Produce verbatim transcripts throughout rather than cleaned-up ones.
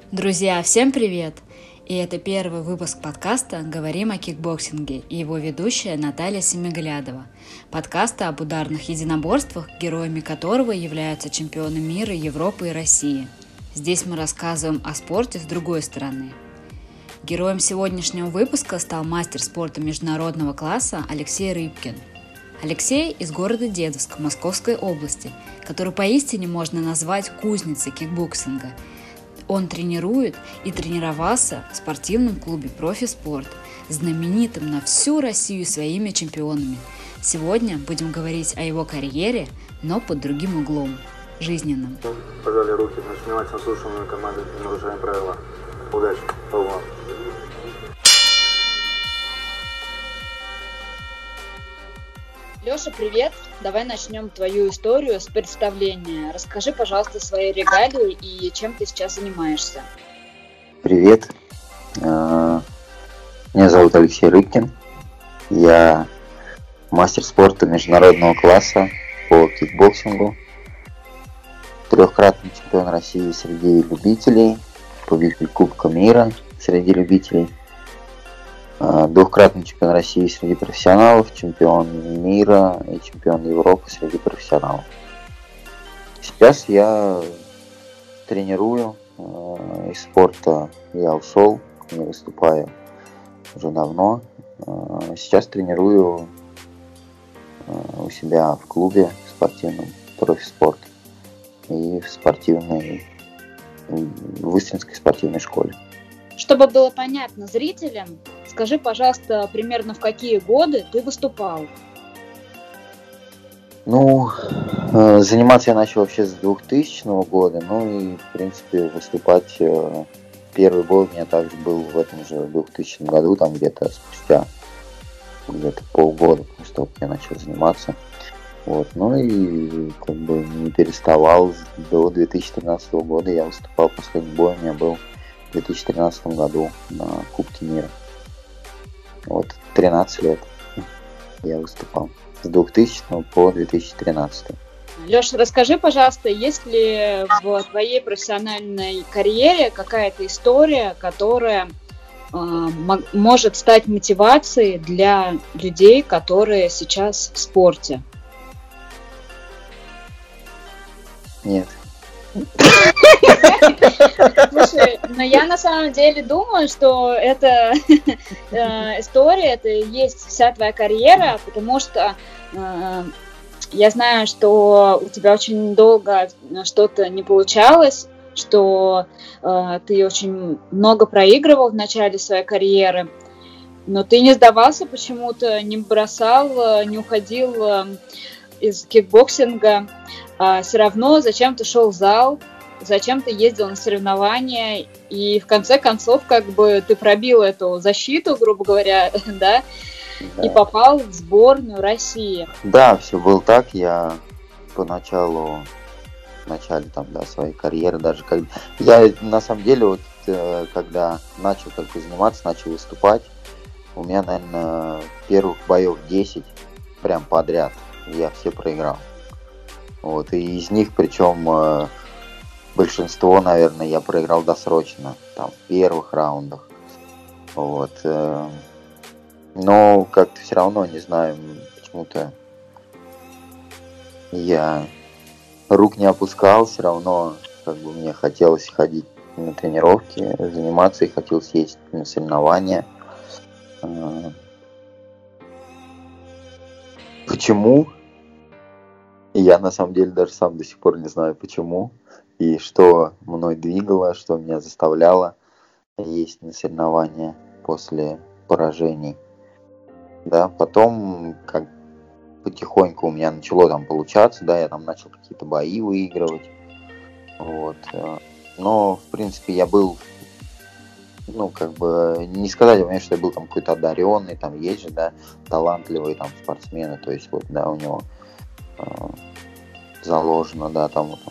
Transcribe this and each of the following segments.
Друзья, всем привет! И это первый выпуск подкаста «Говорим о кикбоксинге» и его ведущая Наталья Семиглядова. Подкаста об ударных единоборствах, героями которого являются чемпионы мира, Европы и России. Здесь мы рассказываем о спорте с другой стороны. Героем сегодняшнего выпуска стал мастер спорта международного класса Алексей Рыбкин. Алексей из города Дедовск Московской области, который поистине можно назвать кузницей кикбоксинга. Он тренирует и тренировался в спортивном клубе «Профиспорт», знаменитым на всю Россию своими чемпионами. Сегодня будем говорить о его карьере, но под другим углом – жизненным. Пожали руки, значит, внимательно слушаем мою команду, не нарушаем правила. Удачи, Павла. Леша, привет! Давай начнем твою историю с представления. Расскажи, пожалуйста, свои регалии и чем ты сейчас занимаешься. Привет! Меня зовут Алексей Рыбкин. Я мастер спорта международного класса по кикбоксингу. Трехкратный чемпион России среди любителей, победитель Кубка мира среди любителей. Двухкратный чемпион России среди профессионалов, чемпион мира и чемпион Европы среди профессионалов. Сейчас я тренирую. Из спорта я ушел, не выступаю уже давно. Сейчас тренирую у себя в клубе спортивном «Профиспорт» и в спортивной, в Истринской спортивной школе. Чтобы было понятно зрителям, скажи, пожалуйста, примерно в какие годы ты выступал? Ну, заниматься я начал вообще с двухтысячного года, ну и, в принципе, выступать первый бой у меня также был в этом же двухтысячном году, там где-то спустя где-то полгода после того, как я начал заниматься. Вот, ну и как бы не переставал до две тысячи тринадцатого года, я выступал, последний бой у меня был в две тысячи тринадцатом году на Кубке мира. Вот, тринадцать лет я выступал. С двухтысячного по две тысячи тринадцатый. Леша, расскажи, пожалуйста, есть ли в твоей профессиональной карьере какая-то история, которая э, м- может стать мотивацией для людей, которые сейчас в спорте? Нет. Слушай, но я на самом деле думаю, что эта э, история, это и есть вся твоя карьера, потому что э, я знаю, что у тебя очень долго что-то не получалось, что э, ты очень много проигрывал в начале своей карьеры, но ты не сдавался почему-то, не бросал, не уходил э, из кикбоксинга, а все равно зачем ты шел в зал, зачем ты ездил на соревнования, и в конце концов, как бы ты пробил эту защиту, грубо говоря, да, да, и попал в сборную России. Да, все было так. Я поначалу, в начале там, да, своей карьеры, даже как я на самом деле вот когда начал только заниматься, начал выступать, у меня, наверное, первых боев десять прям подряд я все проиграл. Вот, и из них, причем большинство, наверное, я проиграл досрочно, там, в первых раундах. Вот. Но как-то все равно, не знаю, почему-то я рук не опускал, все равно как бы мне хотелось ходить на тренировки, заниматься, и хотелось ездить на соревнования. Почему? Я на самом деле даже сам до сих пор не знаю почему. И что мной двигало, что меня заставляло ездить на соревнования после поражений. Да, потом как потихоньку у меня начало там получаться, да, я там начал какие-то бои выигрывать. Вот. Но, в принципе, я был, ну, как бы, не сказать, конечно, что я был там какой-то одаренный, там есть же, да, талантливые там спортсмены, то есть вот, да, у него э, заложено, да, там вот он,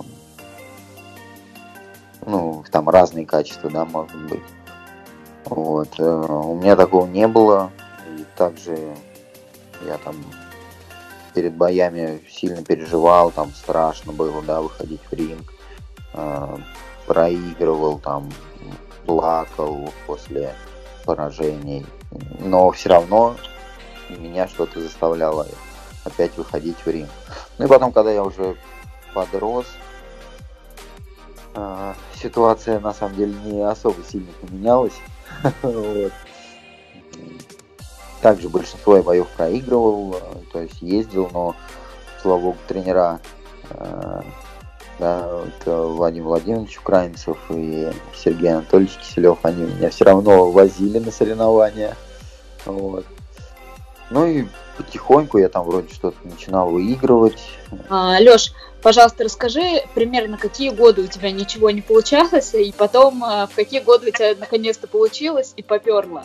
ну, там разные качества, да, может быть. Вот. Э, у меня такого не было. И также я там перед боями сильно переживал, там страшно было, да, выходить в ринг. Э, проигрывал, там, плакал после поражений, но все равно меня что-то заставляло опять выходить в ринг. Ну и потом, когда я уже подрос, э, ситуация на самом деле не особо сильно поменялась. Вот. Также большинство я боев проигрывал, то есть ездил, но, слава богу, тренера, э, да, вот Владимир Владимирович Украинцев и Сергей Анатольевич Киселев, они меня все равно возили на соревнования. Вот. Ну и потихоньку я там вроде что-то начинал выигрывать. А, Лёш, пожалуйста, расскажи примерно, какие годы у тебя ничего не получалось, и потом в какие годы у тебя наконец-то получилось и попёрло?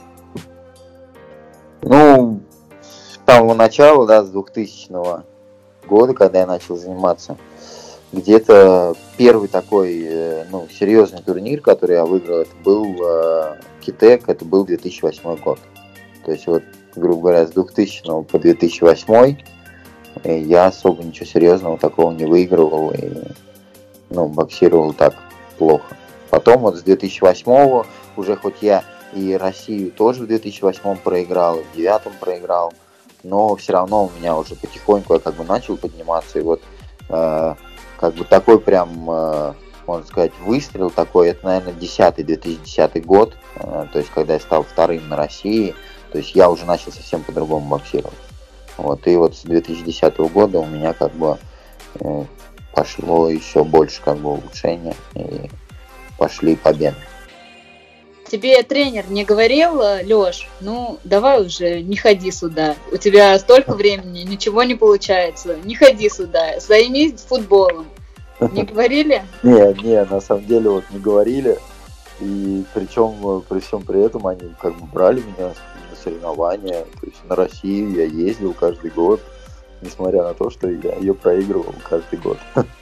Ну, с самого начала, да, с двухтысячного года, когда я начал заниматься, где-то первый такой, ну, серьезный турнир, который я выиграл, это был э, Китек, это был две тысячи восьмой год. То есть вот, грубо говоря, с двухтысячного по две тысячи восьмой я особо ничего серьезного такого не выигрывал и, ну, боксировал так плохо. Потом вот с две тысячи восьмого уже хоть я и Россию тоже в две тысячи восьмом проиграл, и в девятом проиграл, но все равно у меня уже потихоньку я как бы начал подниматься, и вот э, как бы такой прям, э, можно сказать, выстрел такой, это, наверное, десятый, две тысячи десятый год, э, то есть когда я стал вторым на России, то есть я уже начал совсем по-другому боксировать. Вот, и вот с две тысячи десятого года у меня как бы э, пошло еще больше как бы улучшения и пошли победы. Тебе тренер не говорил: Лёш, ну давай уже не ходи сюда, у тебя столько времени, ничего не получается, не ходи сюда, займись футболом? Не говорили? Не, не, на самом деле вот не говорили, и причем при всем при этом они как бы брали меня на соревнования, то есть на Россию я ездил каждый год, несмотря на то, что я ее проигрывал каждый год.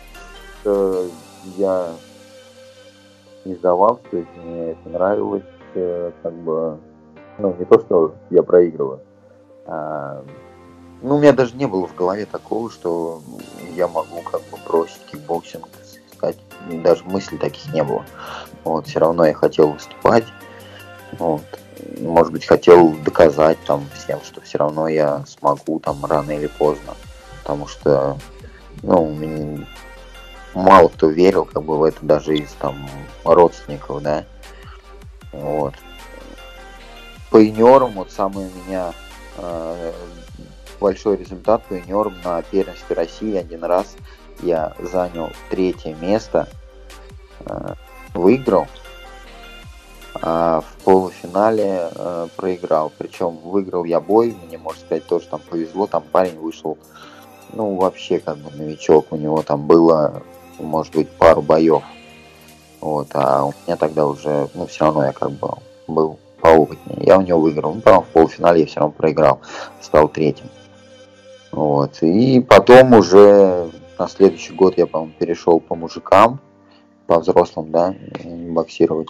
Я не сдавался, то есть мне это нравилось, как бы, ну, не то, что я проигрываю, а, ну, у меня даже не было в голове такого, что я могу как бы бросить кикбоксинг, сказать, даже мыслей таких не было. Вот, все равно я хотел выступать, вот, может быть, хотел доказать там всем, что все равно я смогу там рано или поздно, потому что, ну, мне мало кто верил как бы в это, даже из там родственников, да, вот. По юниорам, вот самый у меня э, большой результат по юниорам на первенстве России один раз я занял третье место, э, выиграл, а в полуфинале э, проиграл, причем выиграл я бой, мне, можно сказать, тоже там повезло, там парень вышел, ну, вообще как бы новичок, у него там было, может быть, пару боев. Вот, а у меня тогда уже, ну, все равно я как бы был поопытнее. Я у него выиграл. Ну, потом в полуфинале я все равно проиграл. Стал третьим. Вот. И потом уже на следующий год я, по-моему, перешел по мужикам, по взрослым, да, боксировать.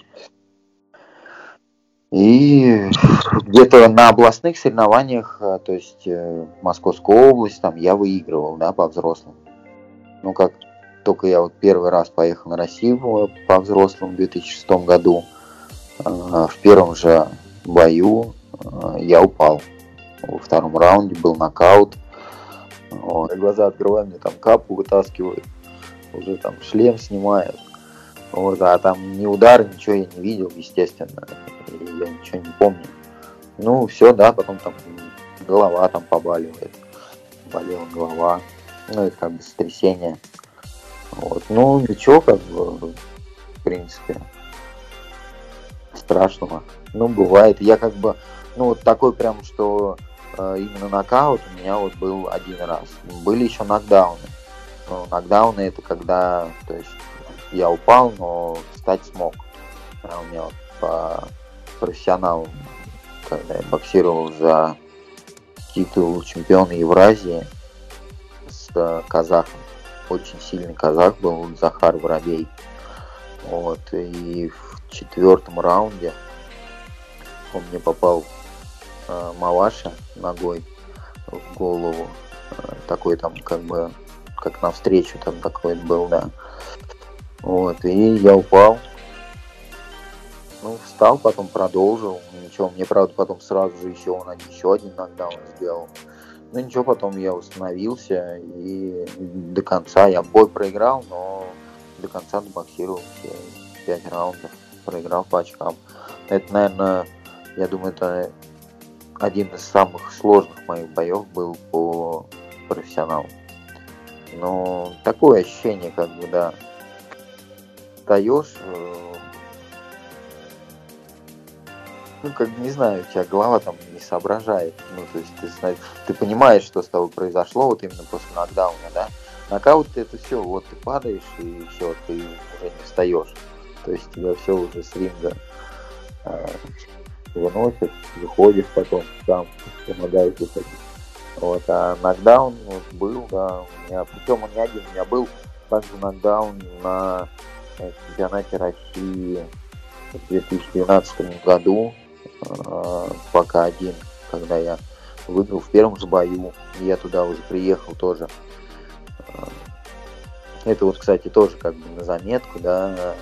И где-то на областных соревнованиях, то есть Московская область, там я выигрывал, да, по взрослым. Ну, как только я вот первый раз поехал на Россию по взрослым в две тысячи шестом году, в первом же бою я упал. Во втором раунде был нокаут. Вот. Глаза открываю, мне там капу вытаскивают, уже там шлем снимают. Вот. А там ни удара, ничего я не видел, естественно. И я ничего не помню. Ну, все, да, потом там голова там побаливает. Болела голова. Ну, это как бы сотрясение. Вот. Ну, ничего, как бы, в принципе, страшного. Ну, бывает. Я как бы, ну, вот такой прям, что э, именно нокаут у меня вот был один раз. Были еще нокдауны. Ну, нокдауны это когда, то есть, я упал, но встать смог. А у меня вот по профессионалу, когда я боксировал за титул чемпиона Евразии с э, казахом. Очень сильный казах был, Захар Воробей. Вот, и в четвертом раунде он мне попал э, Маваша ногой в голову. Э, такой там как бы, как навстречу там такой был, да. Вот, и я упал. Ну, встал, потом продолжил. Ничего, мне, правда, потом сразу же еще он еще один нокдаун сделал. Ну, ничего, потом я установился, и до конца я бой проиграл, но до конца добоксировал все пять раундов. Проиграл по очкам. Это, наверное, я думаю, это один из самых сложных моих боев был по профессионалу. Но такое ощущение, как бы, да, встаешь, ну, как бы, не знаю, у тебя голова там не соображает. Ну, то есть ты, ты понимаешь, что с тобой произошло вот именно после нокдауна, да. Нокаут это все, вот ты падаешь и все, ты уже не встаешь. То есть тебя все уже с ринга э, выносят, выходишь потом, сам помогаешь выходить. Вот, а нокдаун вот, был, да, у меня, причем он не один, у меня был также нокдаун на э, чемпионате России в две тысячи двенадцатом году, э, пока один, когда я выиграл в первом же бою, я туда уже приехал тоже. Это вот, кстати, тоже как бы на заметку, да.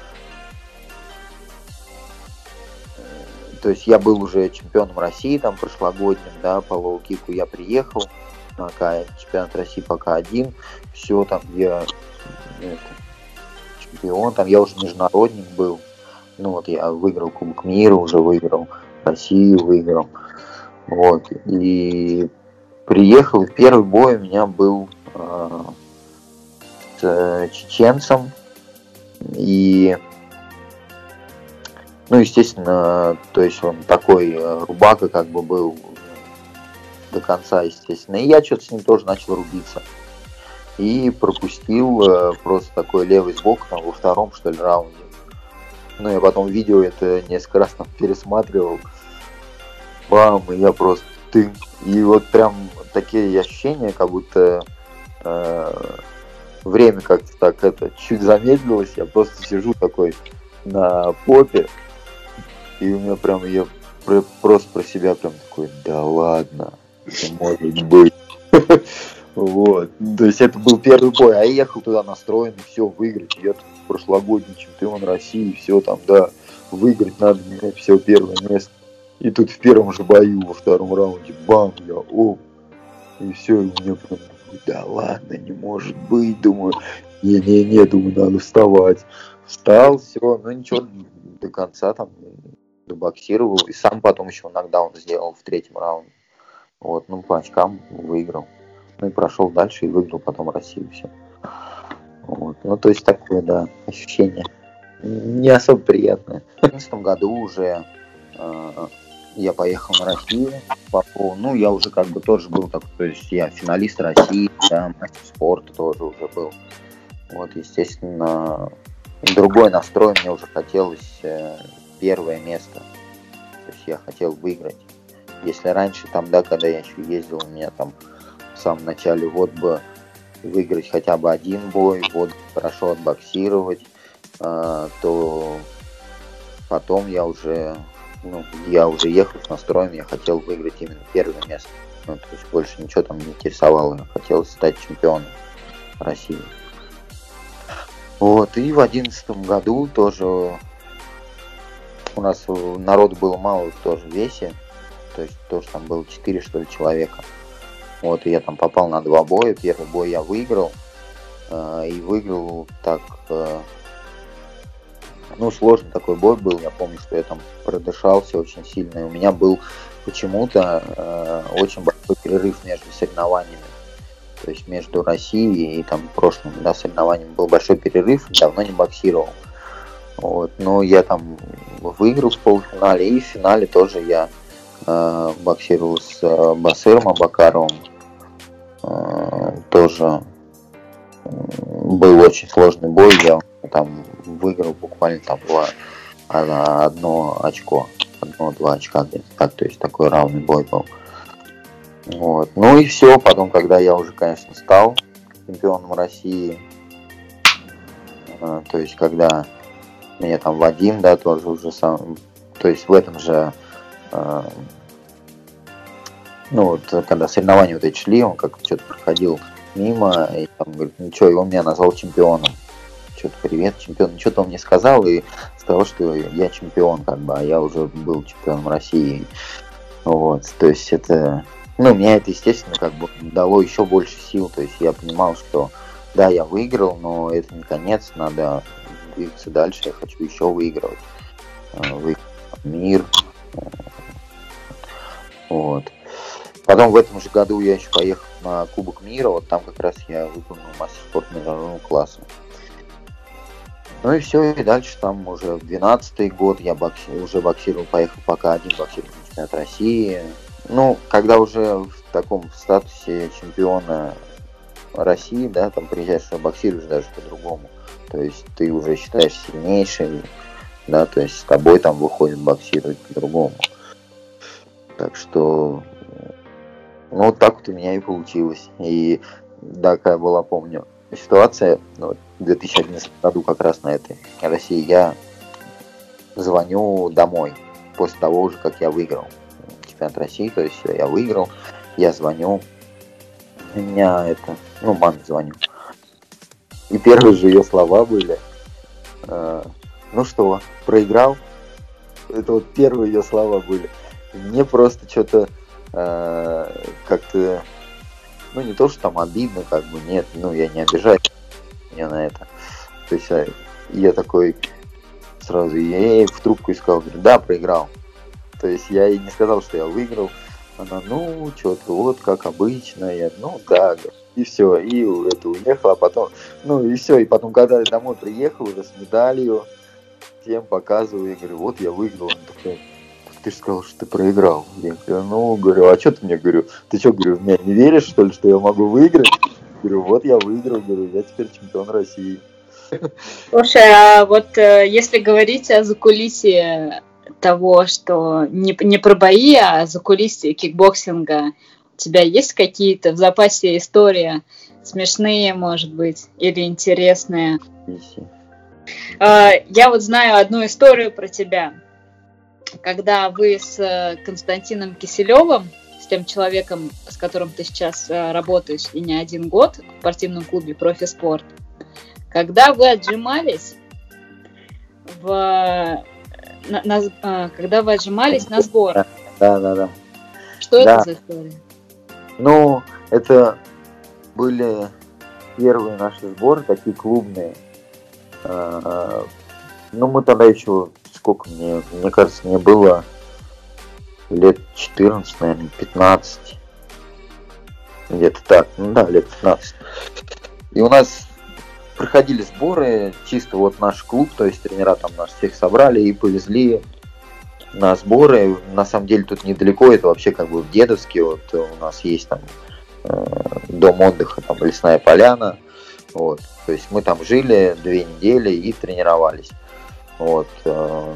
То есть я был уже чемпионом России там прошлогодним, да, по лоу-кику я приехал на чемпионат России пока один, все там я это, чемпион, там я уже международник был, ну вот я выиграл Кубок мира, уже выиграл Россию, выиграл, вот, и приехал, и первый бой у меня был э, с чеченцем, и ну, естественно, то есть он такой рубака как бы был до конца, естественно. И я что-то с ним тоже начал рубиться. И пропустил э, просто такой левый сбоку там, во втором, что ли, раунде. Ну, я потом видео это несколько раз там пересматривал. Бам, и я просто тым. И вот прям такие ощущения, как будто э, время как-то так это чуть замедлилось. Я просто сижу такой на попе. И у меня прям, я про, просто про себя прям такой, да ладно, это может быть. Вот. То есть это был первый бой, а я ехал туда настроенный, все, выиграть. Я прошлогодний чемпион России, все там, да, выиграть надо мне, все, первое место. И тут в первом же бою, во втором раунде, бам, я, оп. И все, и у меня прям, да ладно, не может быть, думаю, не-не-не, думаю, надо вставать. Встал, все, ну ничего, до конца там добоксировал, и сам потом еще нокдаун сделал в третьем раунде. Вот, ну, по очкам выиграл. Ну и прошел дальше и выиграл потом Россию, все. Вот. Ну, то есть такое, да, ощущение не особо приятное. В две тысячи одиннадцатом году уже э, я поехал на Россию. Попал, ну, я уже как бы тоже был такой, то есть я финалист России, да, мастер спорта тоже уже был. Вот, естественно, другой настрой, мне уже хотелось э, первое место. То есть я хотел выиграть. Если раньше там, да, когда я еще ездил, у меня там в самом начале вот бы выиграть хотя бы один бой, вот хорошо отбоксировать, э, то потом я уже, ну, я уже ехал с настроем, я хотел выиграть именно первое место. Ну, то есть больше ничего там не интересовало, я хотел стать чемпионом России. Вот, и в одиннадцатом году тоже у нас народу было мало тоже в весе, то есть тоже там было четыре, что ли, человека. Вот, и я там попал на два боя, первый бой я выиграл, э, и выиграл так, э, ну, сложный такой бой был, я помню, что я там продышался очень сильно, и у меня был почему-то э, очень большой перерыв между соревнованиями. То есть между Россией и там прошлым, да, соревнованием был большой перерыв, давно не боксировал. Вот, но я там выиграл в полуфинале, и в финале тоже я э, боксировал с э, Басыром Абакаровым. Э, тоже э, был очень сложный бой, я там выиграл буквально там было одно очко, одно-два очка где-то так, то есть такой равный бой был. Вот. Ну и все, потом, когда я уже, конечно, стал чемпионом России, э, то есть когда меня там Вадим, да, тоже уже сам, то есть в этом же, э, ну вот, когда соревнования вот эти шли, он как-то что-то проходил мимо, и там говорит, ну что, и он меня назвал чемпионом. что-то привет, чемпион. Что-то он мне сказал и сказал, что я чемпион, как бы, а я уже был чемпионом России. Вот, то есть это, ну, меня это, естественно, как бы дало еще больше сил. То есть я понимал, что да, я выиграл, но это не конец, надо двигаться дальше, я хочу еще выигрывать. Выиграть мир. Вот. Потом в этом же году я еще поехал на Кубок мира, вот там как раз я выполнил мастер спорта международного класса. Ну и все, и дальше там уже в двенадцатый год я бокси... уже боксировал, поехал пока один боксировал на чемпионат России. Ну, когда уже в таком статусе чемпиона России, да, там приезжаешь, боксируешь даже по-другому. То есть ты уже считаешь сильнейшим, да, то есть с тобой там выходит боксировать по-другому. Так что, ну, вот так вот у меня и получилось. И такая была, помню, ситуация, ну, в две тысячи одиннадцатом году как раз на этой России я звоню домой после того уже, как я выиграл чемпионат России, то есть я выиграл, я звоню, у меня это, ну, маме звоню. И первые же ее слова были, э, ну что, проиграл? Это вот первые ее слова были. Мне просто что-то э, как-то, ну не то, что там обидно, как бы, нет, ну я не обижаюсь меня на это. То есть я, я такой сразу, я ей в трубку искал, говорю, да, проиграл. То есть я ей не сказал, что я выиграл. Она, ну, что-то вот, как обычно. Я, ну, да, и все, и это уехала, а потом, ну, и все, и потом, когда я домой приехал уже с медалью, всем показываю, я говорю, вот я выиграл. Он такой, ты же сказал, что ты проиграл. Я говорю, ну, говорю, а что ты мне, говорю, ты что, говорю, в меня не веришь, что ли, что я могу выиграть? Говорю, вот я выиграл, говорю, я теперь чемпион России. Слушай, а вот э, если говорить о закулисье того, что не, не про бои, а закулисье кикбоксинга, у тебя есть какие-то в запасе истории смешные, может быть, или интересные? Э, я вот знаю одну историю про тебя. Когда вы с Константином Киселевым, с тем человеком, с которым ты сейчас работаешь и не один год в спортивном клубе «Профиспорт», когда вы отжимались в... На, на, когда вы отжимались на сборах. Да, да, да. Что да. это за история? Ну, это были первые наши сборы, такие клубные. Ну, мы тогда еще, сколько мне, мне кажется, мне было лет четырнадцать, наверное, пятнадцать. Где-то так, ну да, лет пятнадцать. И у нас проходили сборы, чисто вот наш клуб, то есть тренера там нас всех собрали и повезли на сборы. На самом деле тут недалеко, это вообще как бы в Дедовске, вот у нас есть там э, дом отдыха, там лесная поляна, вот. То есть мы там жили две недели и тренировались, вот. Э,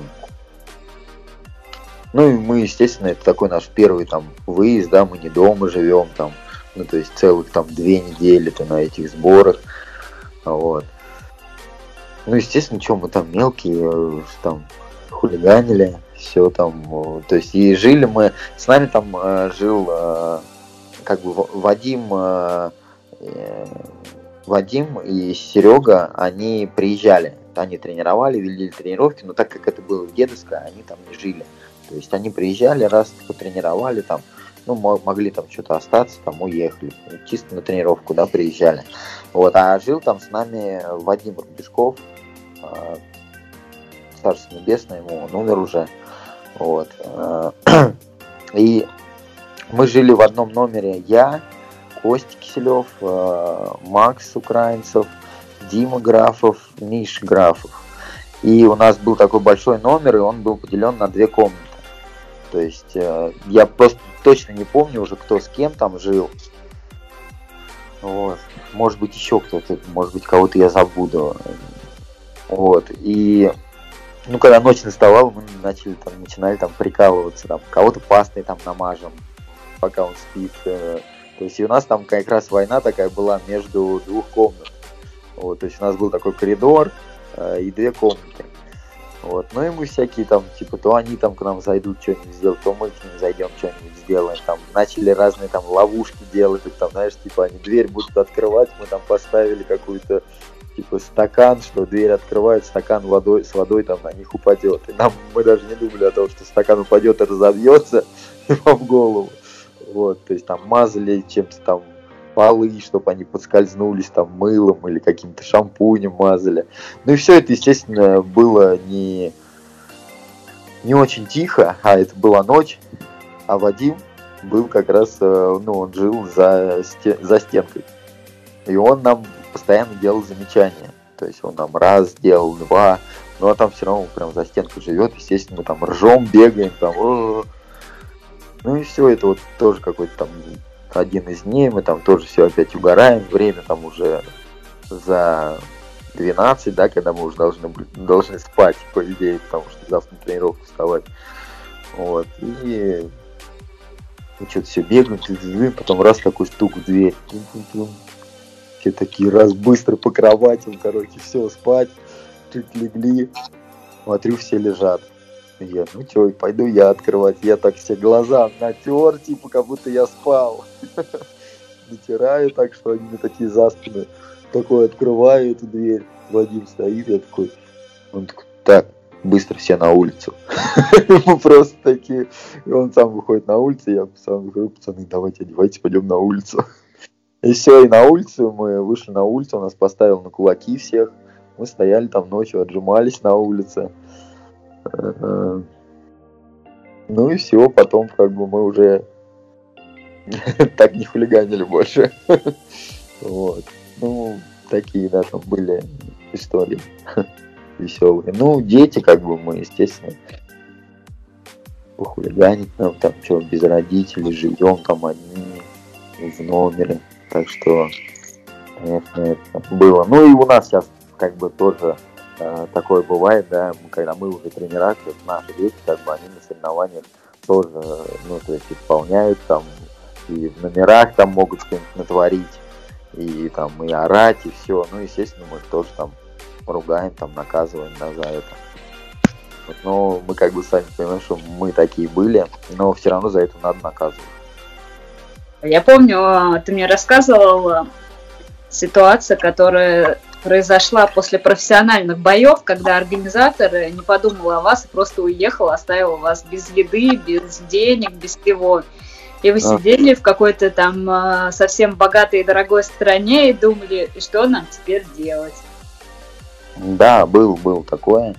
ну и мы, естественно, это такой наш первый там выезд, да, мы не дома живем там, ну то есть целых там две недели-то на этих сборах. Вот. Ну, естественно, что мы там мелкие, там хулиганили, все там, то есть и жили мы, с нами там э, жил э, как бы Вадим, э, Вадим и Серега, они приезжали, они тренировали, вели тренировки, но так как это было в Дедовске, они там не жили, то есть они приезжали, раз потренировали там, ну, могли там что-то остаться, там уехали, чисто на тренировку, да, приезжали. Вот, а жил там с нами Вадим Рубежков, э, Царство Небесное, ему он умер уже. Вот. Э, и мы жили в одном номере я, Костя Киселев, э, Макс Украинцев, Дима Графов, Миш Графов. И у нас был такой большой номер, и он был поделен на две комнаты. То есть э, я просто точно не помню уже, кто с кем там жил. Вот. Может быть, еще кто-то, может быть, кого-то я забуду. Вот. И ну, когда ночь наставала, мы начали там, начинали там прикалываться, там, кого-то пастой там намажем, пока он спит. То есть и у нас там как раз война такая была между двух комнат. Вот. То есть у нас был такой коридор э, и две комнаты. Вот. Ну и мы всякие там, типа, то они там к нам зайдут что-нибудь сделать, то мы к ним зайдем что-нибудь сделаем. Там начали разные там ловушки делать, там, знаешь, типа, они дверь будут открывать, мы там поставили какую-то типа стакан, что дверь открывает, стакан водой, с водой там на них упадет. И нам, мы даже не думали о том, что стакан упадет и разобьется вам в голову. Вот, то есть там мазали чем-то там полы, чтобы они подскользнулись там мылом или каким-то шампунем мазали. Ну и все это, естественно, было не, не очень тихо, а это была ночь, а Вадим был как раз, ну, он жил за, стен, за стенкой. И он нам постоянно делал замечания. То есть он нам раз делал, два, ну а там все равно прям за стенкой живет, естественно, мы там ржем, бегаем, там. Ну и все, это вот тоже какой-то там один из дней, мы там тоже все опять угораем, время там уже за двенадцать, да, когда мы уже должны, должны спать, по идее, потому что завтра на тренировку вставать. Вот, и мы что-то все бегаем, потом раз такой стук в дверь. Все такие, раз быстро по кроватям, короче, все, спать, чуть легли. Смотрю, все лежат. И я, ну что, пойду я открывать. Я так все глаза натер, типа, как будто я спал. Натираю так, что они мне такие за спину. Такой открываю эту дверь. Вадим стоит, я такой, он такой, так, быстро все на улицу. Мы просто такие. И он сам выходит на улицу, я сам говорю, пацаны, давайте одевайтесь, пойдем на улицу. И все, и на улицу, мы вышли на улицу, он нас поставил на кулаки всех. Мы стояли там ночью, отжимались на улице. Ну и все, потом как бы мы уже так не хулиганили больше. Вот. Ну, такие, да, там были истории веселые. Ну, дети, как бы мы, естественно, похулиганить нам там, что, без родителей, живем там одни в номере. Так что, конечно, это было. Ну и у нас сейчас как бы тоже э, такое бывает, да, когда мы уже тренера, то есть наши дети, как бы они на соревнованиях тоже, ну, то есть исполняют там, и в номерах там могут что-нибудь натворить, и там и орать, и все. Ну, естественно, мы тоже там ругаем, там наказываем, да, за это. Вот, но мы как бы сами понимаем, что мы такие были, но все равно за это надо наказывать. Я помню, ты мне рассказывал ситуацию, которая произошла после профессиональных боев, когда организатор не подумал о вас и просто уехал, оставил вас без еды, без денег, без всего. И вы сидели в какой-то там совсем богатой и дорогой стране и думали, и что нам теперь делать? Да, был, был такое.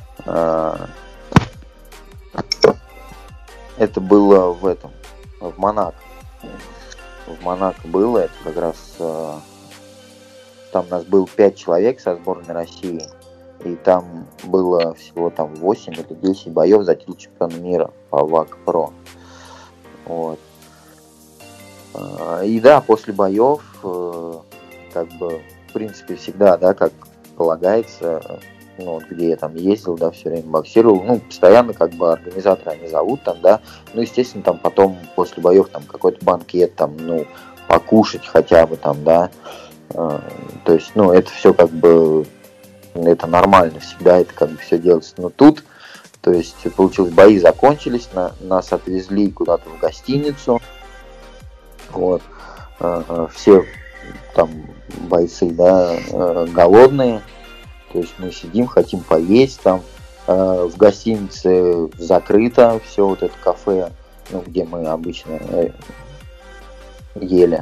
Это было в этом, в Монако. В Монако было, это как раз э, там у нас было пять человек со сборной России, и там было всего там восемь или десять боев за титул чемпиона мира по ВАК Про. Вот. Э, и да, после боев, э, как бы, в принципе, всегда, да, как полагается, ну, где я там ездил, да, все время боксировал, ну, постоянно, как бы, организаторы они зовут там, да, ну, естественно, там потом, после боев, там, какой-то банкет, там, ну, покушать хотя бы, там, да, э, то есть, ну, это все, как бы, это нормально всегда, это, как бы, все делается, но тут, то есть, получилось, бои закончились, на, нас отвезли куда-то в гостиницу, вот, э, э, все, там, бойцы, да, э, голодные. То есть мы сидим, хотим поесть, там э, в гостинице закрыто все вот это кафе, ну, где мы обычно э, ели.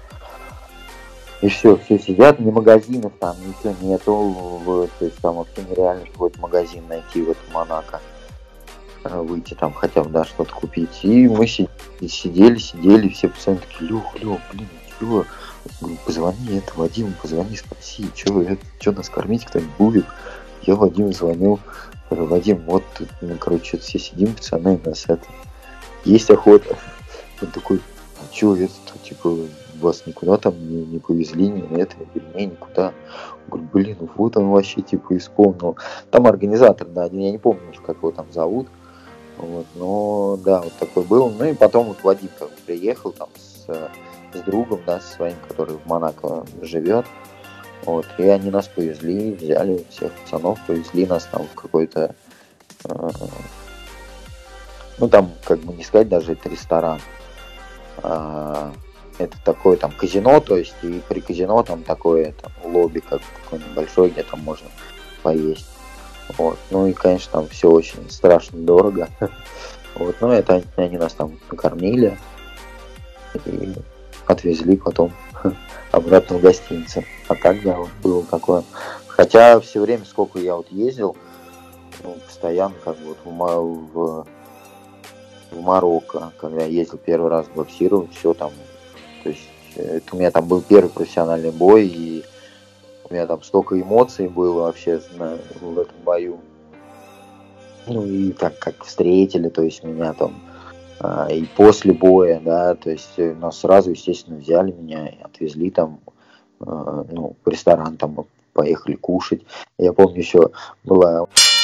И все, все сидят, ни магазинов там, ничего нету, в, то есть там вообще нереально какой-то магазин найти в этом Монако, э, выйти там хотя бы, да, что-то купить. И мы сидели, сидели, все пацаны такие, Лёх, Лёх, блин, чего? Говорю, позвони это Вадиму, позвони, спроси, что это, что нас кормить кто-нибудь будет. Я Вадиму звоню, говорю, Вадим, вот, мы, короче, все сидим, пацаны, у нас это, есть охота. Он такой, а что это, типа, вас никуда там не, не повезли, не это, я говорю, не, никуда. Он говорит, блин, ну вот он вообще, типа, исполнил. Там организатор, да, я не помню, как его там зовут, вот, но, да, вот такой был. Ну и потом вот Вадим как бы приехал там с... с другом, да, со своим, который в Монако живет, вот, и они нас повезли, взяли всех пацанов, повезли нас там в какой-то, э, ну, там, как бы не сказать даже, это ресторан, а, это такое там казино, то есть и при казино там такое там лобби как такое небольшое, где там можно поесть. Вот. Ну и, конечно, там все очень страшно дорого. Вот. Но это они нас там накормили и отвезли потом обратно в гостиницу. А так, да, вот было такое. Хотя все время, сколько я вот ездил, ну, постоянно как бы вот в, в, в Марокко, когда я ездил первый раз боксировать, все там, то есть это у меня там был первый профессиональный бой, и у меня там столько эмоций было вообще на, в этом бою. Ну и так как встретили, то есть меня там а, и после боя, да, то есть нас сразу, естественно, взяли меня и отвезли там, а, ну, в ресторан, там мы поехали кушать. Я помню, еще была...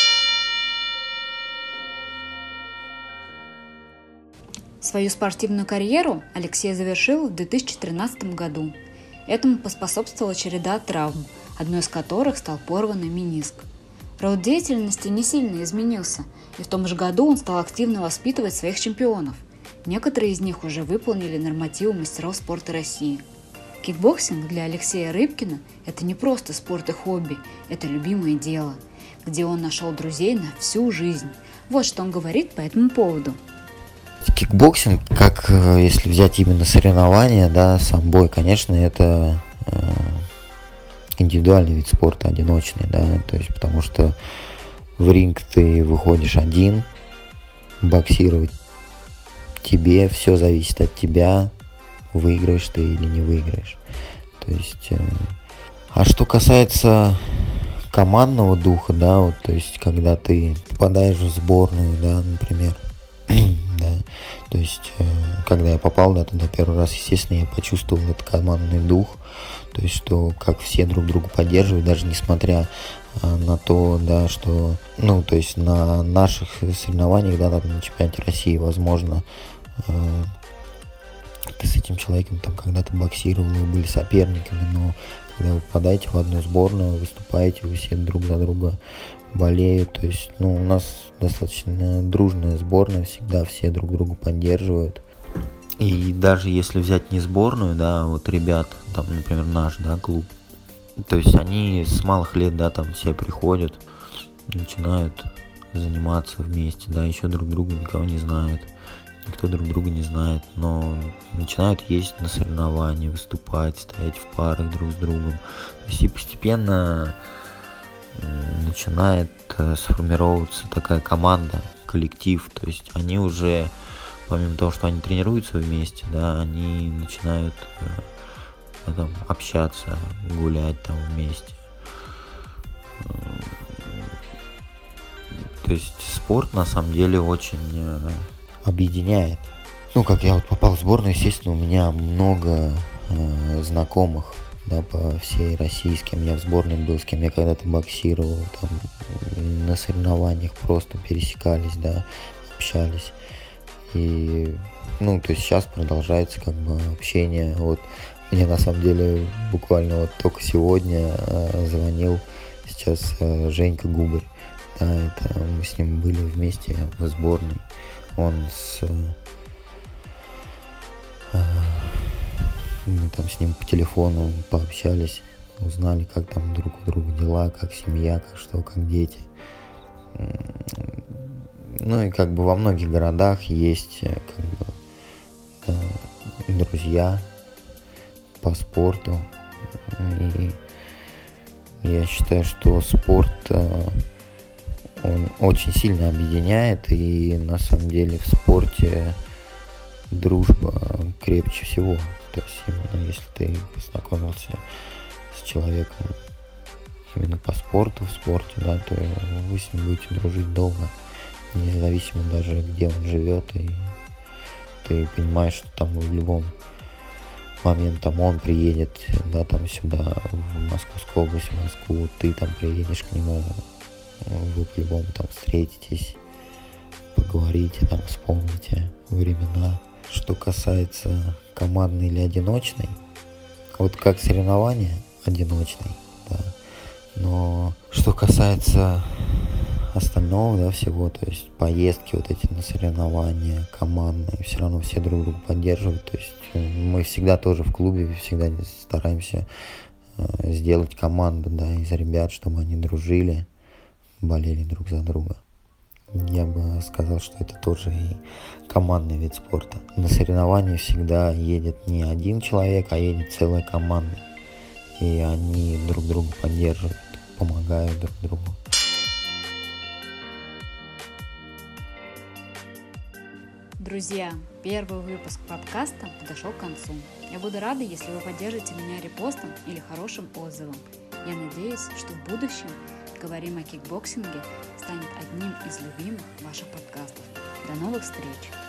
Свою спортивную карьеру Алексей завершил в две тысячи тринадцатом году. Этому поспособствовала череда травм, одной из которых стал порванный мениск. Род деятельности не сильно изменился, и в том же году он стал активно воспитывать своих чемпионов. Некоторые из них уже выполнили нормативы мастеров спорта России. Кикбоксинг для Алексея Рыбкина – это не просто спорт и хобби, это любимое дело, где он нашел друзей на всю жизнь. Вот что он говорит по этому поводу. Кикбоксинг, как если взять именно соревнования, да, сам бой, конечно, это э, индивидуальный вид спорта, одиночный, да, то есть потому что в ринг ты выходишь один, боксировать тебе, все зависит от тебя, выиграешь ты или не выиграешь. То есть, э, а что касается командного духа, да, вот, то есть когда ты попадаешь в сборную, да, например, да, то есть, э, когда я попал, да, туда первый раз, естественно, я почувствовал этот командный дух, то есть, что как все друг друга поддерживают, даже несмотря э, на то, да, что, ну, то есть, на наших соревнованиях, да, на чемпионате России, возможно, э, ты с этим человеком там когда-то боксировал, вы были соперниками, но когда вы попадаете в одну сборную, выступаете, вы все друг за друга болеют, то есть, ну, у нас достаточно дружная сборная, всегда все друг друга поддерживают. И даже если взять не сборную, да, вот ребят, там, например, наш, да, клуб, то есть они с малых лет, да, там все приходят, начинают заниматься вместе, да, еще друг друга никого не знают, никто друг друга не знает, но начинают ездить на соревнования, выступать, стоять в парах друг с другом, то есть и постепенно начинает сформироваться такая команда, коллектив, то есть они уже, помимо того, что они тренируются вместе, да, они начинают э, там, общаться, гулять там вместе. То есть спорт на самом деле очень э, объединяет. Ну, как я вот попал в сборную, естественно, у меня много э, знакомых, да, по всей России, с кем я в сборной был, с кем я когда-то боксировал, там, на соревнованиях просто пересекались, да, общались. И, ну, то есть сейчас продолжается как бы общение. Вот мне на самом деле буквально вот только сегодня э, звонил сейчас э, Женька Губарь. Да, это мы с ним были вместе в сборной. Он с... Э, мы там с ним по телефону пообщались, узнали, как там друг у друга дела, как семья, как что, как дети. Ну и как бы во многих городах есть как бы друзья по спорту. И я считаю, что спорт он очень сильно объединяет, и на самом деле в спорте дружба крепче всего. То есть именно если ты познакомился с человеком именно по спорту, в спорте, да, то вы с ним будете дружить долго, независимо даже где он живет, и ты понимаешь, что там в любом момент там он приедет, да, там сюда, в Московскую область, в Москву, ты там приедешь к нему, вы по-любому там встретитесь, поговорите, там вспомните времена. Что касается командной или одиночной, вот как соревнование одиночный, да, но что касается остального, да, всего, то есть поездки вот эти на соревнования, командные, все равно все друг друга поддерживают, то есть мы всегда тоже в клубе, всегда стараемся э, сделать команду, да, из ребят, чтобы они дружили, болели друг за друга. Я бы сказал, что это тоже и командный вид спорта. На соревнования всегда едет не один человек, а едет целая команда. И они друг друга поддерживают, помогают друг другу. Друзья, первый выпуск подкаста подошел к концу. Я буду рада, если вы поддержите меня репостом или хорошим отзывом. Я надеюсь, что в будущем «Говорим о кикбоксинге» станет одним из любимых ваших подкастов. До новых встреч!